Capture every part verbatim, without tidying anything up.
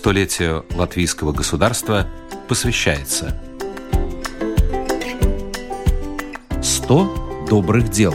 столетию латвийского государства посвящается сто добрых дел.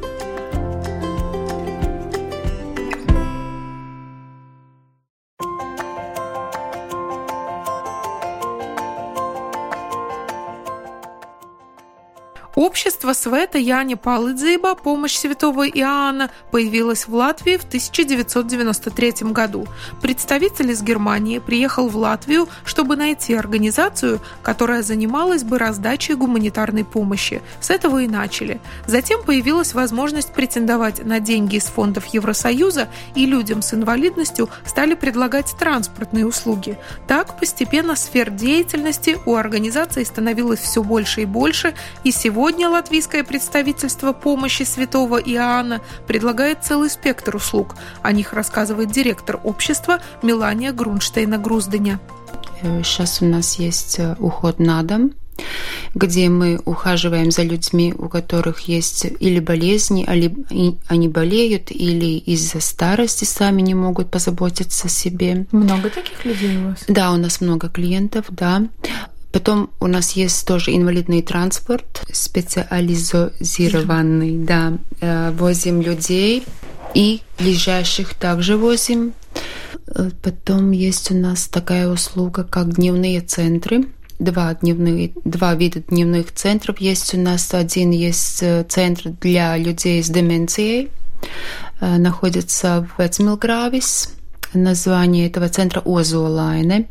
Общество Света Jāņa Palīdzība, помощь святого Иоанна, появилось в Латвии в тысяча девятьсот девяносто третьем году. Представитель из Германии приехал в Латвию, чтобы найти организацию, которая занималась бы раздачей гуманитарной помощи. С этого и начали. Затем появилась возможность претендовать на деньги из фондов Евросоюза, и людям с инвалидностью стали предлагать транспортные услуги. Так постепенно сфер деятельности у организации становилось все больше и больше, и сегодня Сегодня латвийское представительство помощи святого Иоанна предлагает целый спектр услуг. О них рассказывает директор общества Мелания Грунштейна-Груздыня. Сейчас у нас есть уход на дом, где мы ухаживаем за людьми, у которых есть или болезни, или они болеют, или из-за старости сами не могут позаботиться о себе. Много таких людей у вас? Да, у нас много клиентов, да. Потом у нас есть тоже инвалидный транспорт, специализированный, да, возим людей и лежащих также возим. Потом есть у нас такая услуга, как дневные центры. Два, дневные, два вида дневных центров есть у нас. Один есть центр для людей с деменцией, находится в Вецмилгравис. Название этого центра Озолайне.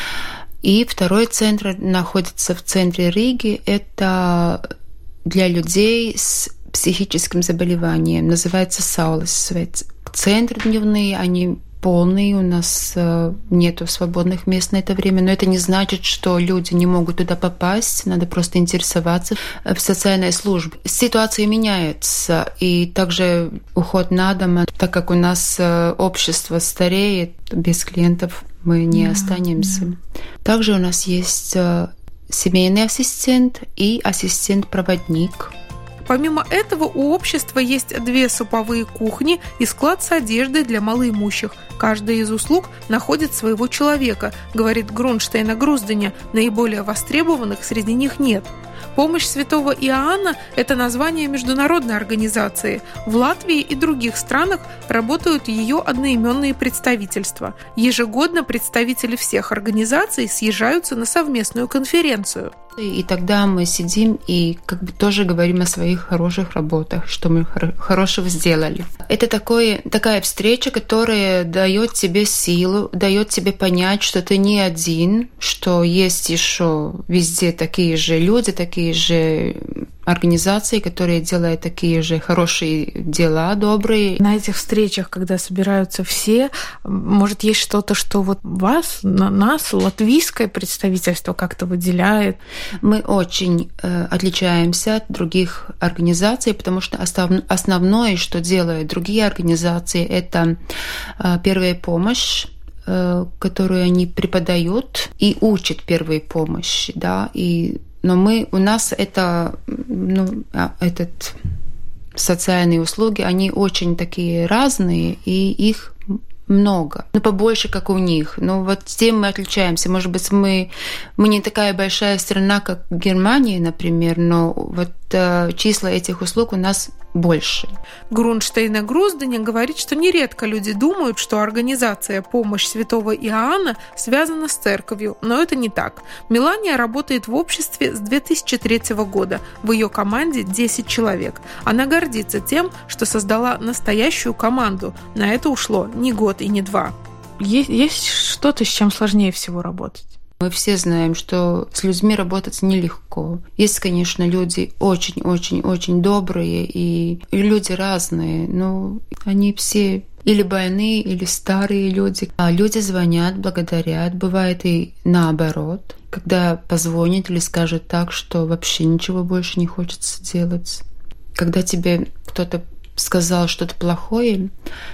И второй центр находится в центре Риги. Это для людей с психическим заболеванием. Называется Саулес-Свец. Центры дневные, они полные. У нас нету свободных мест на это время. Но это не значит, что люди не могут туда попасть. Надо просто интересоваться в социальной службе. Ситуация меняется. И также уход на дом, так как у нас общество стареет, без клиентов мы не yeah, останемся. Yeah. Также у нас есть семейный ассистент и ассистент-проводник. Помимо этого, у общества есть две суповые кухни и склад с одеждой для малоимущих. Каждая из услуг находит своего человека, говорит Грунштейна-Груздыня. Наиболее востребованных среди них нет. Помощь святого Иоанна – это название международной организации. В Латвии и других странах работают ее одноименные представительства. Ежегодно представители всех организаций съезжаются на совместную конференцию. И тогда мы сидим и как бы тоже говорим о своих хороших работах, что мы хорошего сделали. Это такое, такая встреча, которая дает тебе силу, дает тебе понять, что ты не один, что есть еще везде такие же люди, такие же организации, которые делают такие же хорошие дела, добрые. На этих встречах, когда собираются все, может, есть что-то, что вот вас, нас, латвийское представительство как-то выделяет? Мы очень э, отличаемся от других организаций, потому что основ, основное, что делают другие организации, это э, первая помощь, э, которую они преподают и учат первой помощи, да, и но мы, у нас это, ну, этот социальные услуги, они очень такие разные, и их много. Ну, побольше, как у них. Но вот с тем мы отличаемся. Может быть, мы, мы не такая большая страна, как Германия, например, но вот э, числа этих услуг у нас больше. Грунштейна-Груздыня говорит, что нередко люди думают, что организация «Помощь святого Иоанна» связана с церковью, но это не так. Мелания работает в обществе с две тысячи третьего года. В ее команде десять человек. Она гордится тем, что создала настоящую команду. На это ушло не год и не два. Есть, есть что-то, с чем сложнее всего работать? Мы все знаем, что с людьми работать нелегко. Есть, конечно, люди очень-очень-очень добрые и, и люди разные, но они все или больные, или старые люди. А люди звонят, благодарят. Бывает и наоборот, когда позвонят или скажут так, что вообще ничего больше не хочется делать. Когда тебе кто-то сказал что-то плохое,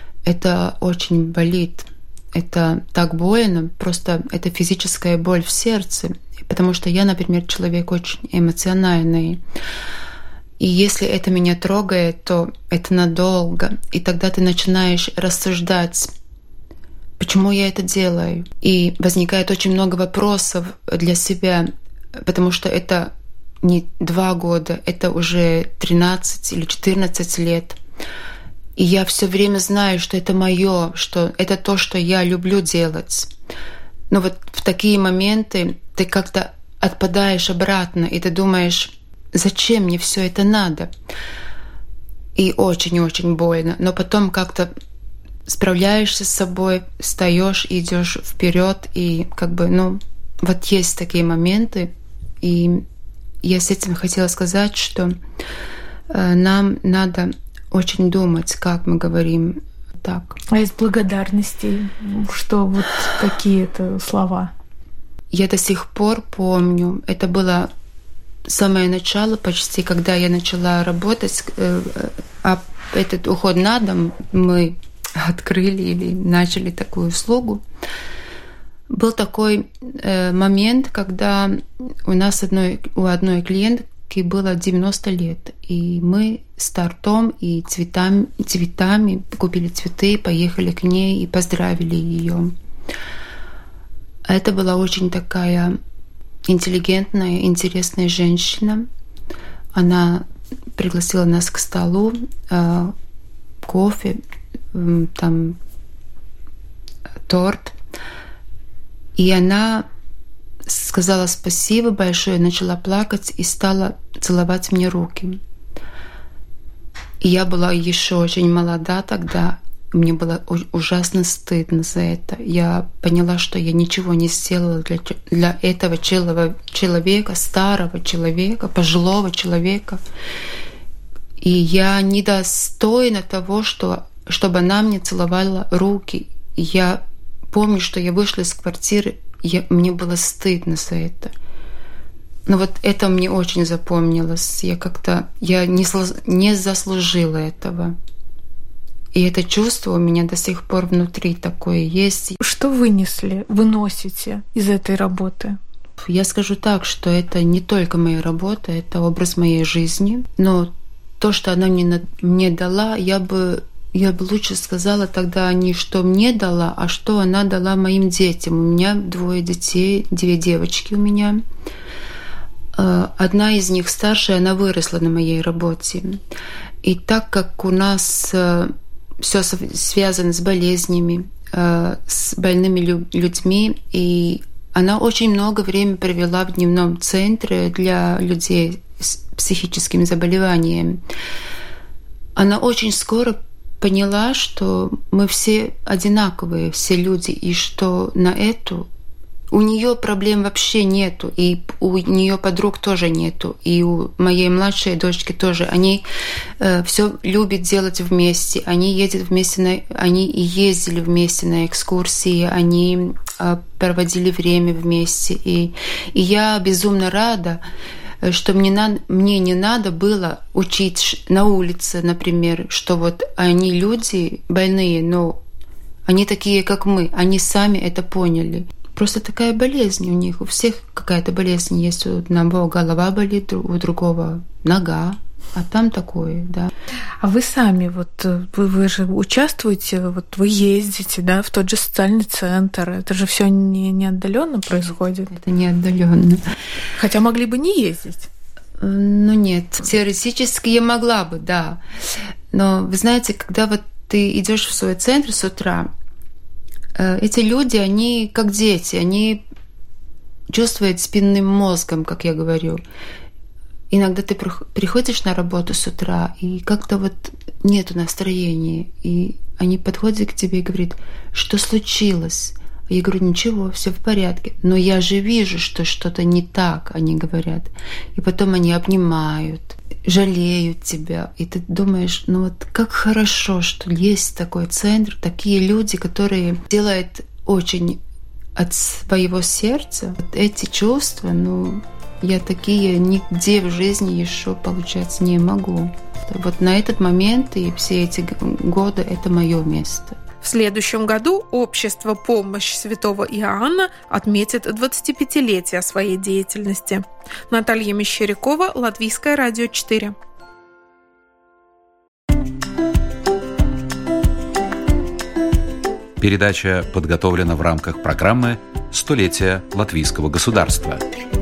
это очень болит. Это так больно, просто это физическая боль в сердце. Потому что я, например, человек очень эмоциональный. И если это меня трогает, то это надолго. И тогда ты начинаешь рассуждать, почему я это делаю. И возникает очень много вопросов для себя, потому что это не два года, это уже тринадцать или четырнадцать лет. И я все время знаю, что это мое, что это то, что я люблю делать. Но вот в такие моменты ты как-то отпадаешь обратно, и ты думаешь, зачем мне все это надо? И очень-очень больно. Но потом как-то справляешься с собой, встаешь, идешь вперед, и как бы, ну, вот есть такие моменты. И я с этим хотела сказать, что э, нам надо очень думать, как мы говорим так. А из благодарности, что вот какие-то слова? Я до сих пор помню, это было самое начало почти, когда я начала работать, а этот уход на дом мы открыли или начали такую услугу. Был такой момент, когда у нас одной, у одной клиентки было девяносто лет, и мы с тортом и цветами, цветами купили цветы, поехали к ней и поздравили ее. Это была очень такая интеллигентная, интересная женщина. Она пригласила нас к столу, э, кофе, э, там торт. И она сказала спасибо большое, начала плакать и стала целовать мне руки. И я была еще очень молода тогда. Мне было ужасно стыдно за это. Я поняла, что я ничего не сделала для, для этого человека, старого человека, пожилого человека. И я недостойна того, что, чтобы она мне целовала руки. И я помню, что я вышла из квартиры, я, мне было стыдно за это. Но вот это мне очень запомнилось. Я как-то я не, не заслужила этого. И это чувство у меня до сих пор внутри такое есть. Что вынесли, выносите из этой работы? Я скажу так, что это не только моя работа, это образ моей жизни. Но то, что она мне, мне дала, я бы, я бы лучше сказала тогда не что мне дала, а что она дала моим детям. У меня двое детей, две девочки у меня. Одна из них старшая, она выросла на моей работе. И так как у нас все связано с болезнями, с больными людьми, и она очень много времени провела в дневном центре для людей с психическими заболеваниями. Она очень скоро поняла, что мы все одинаковые, все люди, и что на эту у нее проблем вообще нету, и у нее подруг тоже нету, и у моей младшей дочки тоже. Они э, все любят делать вместе, они ездят вместе, на, они и ездили вместе на экскурсии, они э, проводили время вместе, и, и я безумно рада, что мне, надо, мне не надо было учить на улице, например, что вот они люди больные, но они такие, как мы, они сами это поняли. Просто такая болезнь у них. У всех какая-то болезнь есть. У одного голова болит, у другого нога. А там такое, да. А вы сами, вот вы, вы же участвуете, вот вы ездите, да, в тот же социальный центр. Это же все не, не отдаленно происходит. Это не отдаленно. Хотя могли бы не ездить. Ну нет, теоретически я могла бы, да. Но вы знаете, когда вот ты идешь в свой центр с утра, эти люди, они как дети, они чувствуют спинным мозгом, как я говорю. Иногда ты приходишь на работу с утра, и как-то вот нету настроения, и они подходят к тебе и говорят, что случилось? Я говорю, ничего, все в порядке. Но я же вижу, что что-то не так, они говорят. И потом они обнимают, жалеют тебя. И ты думаешь, ну вот как хорошо, что есть такой центр, такие люди, которые делают очень от своего сердца. Вот эти чувства, ну, я такие нигде в жизни еще получать не могу. Вот на этот момент и все эти годы это мое место. В следующем году общество «Помощь святого Иоанна» отметит двадцатипятилетие своей деятельности. Наталья Мещерякова, Латвийское радио четыре. Передача подготовлена в рамках программы «Столетие латвийского государства».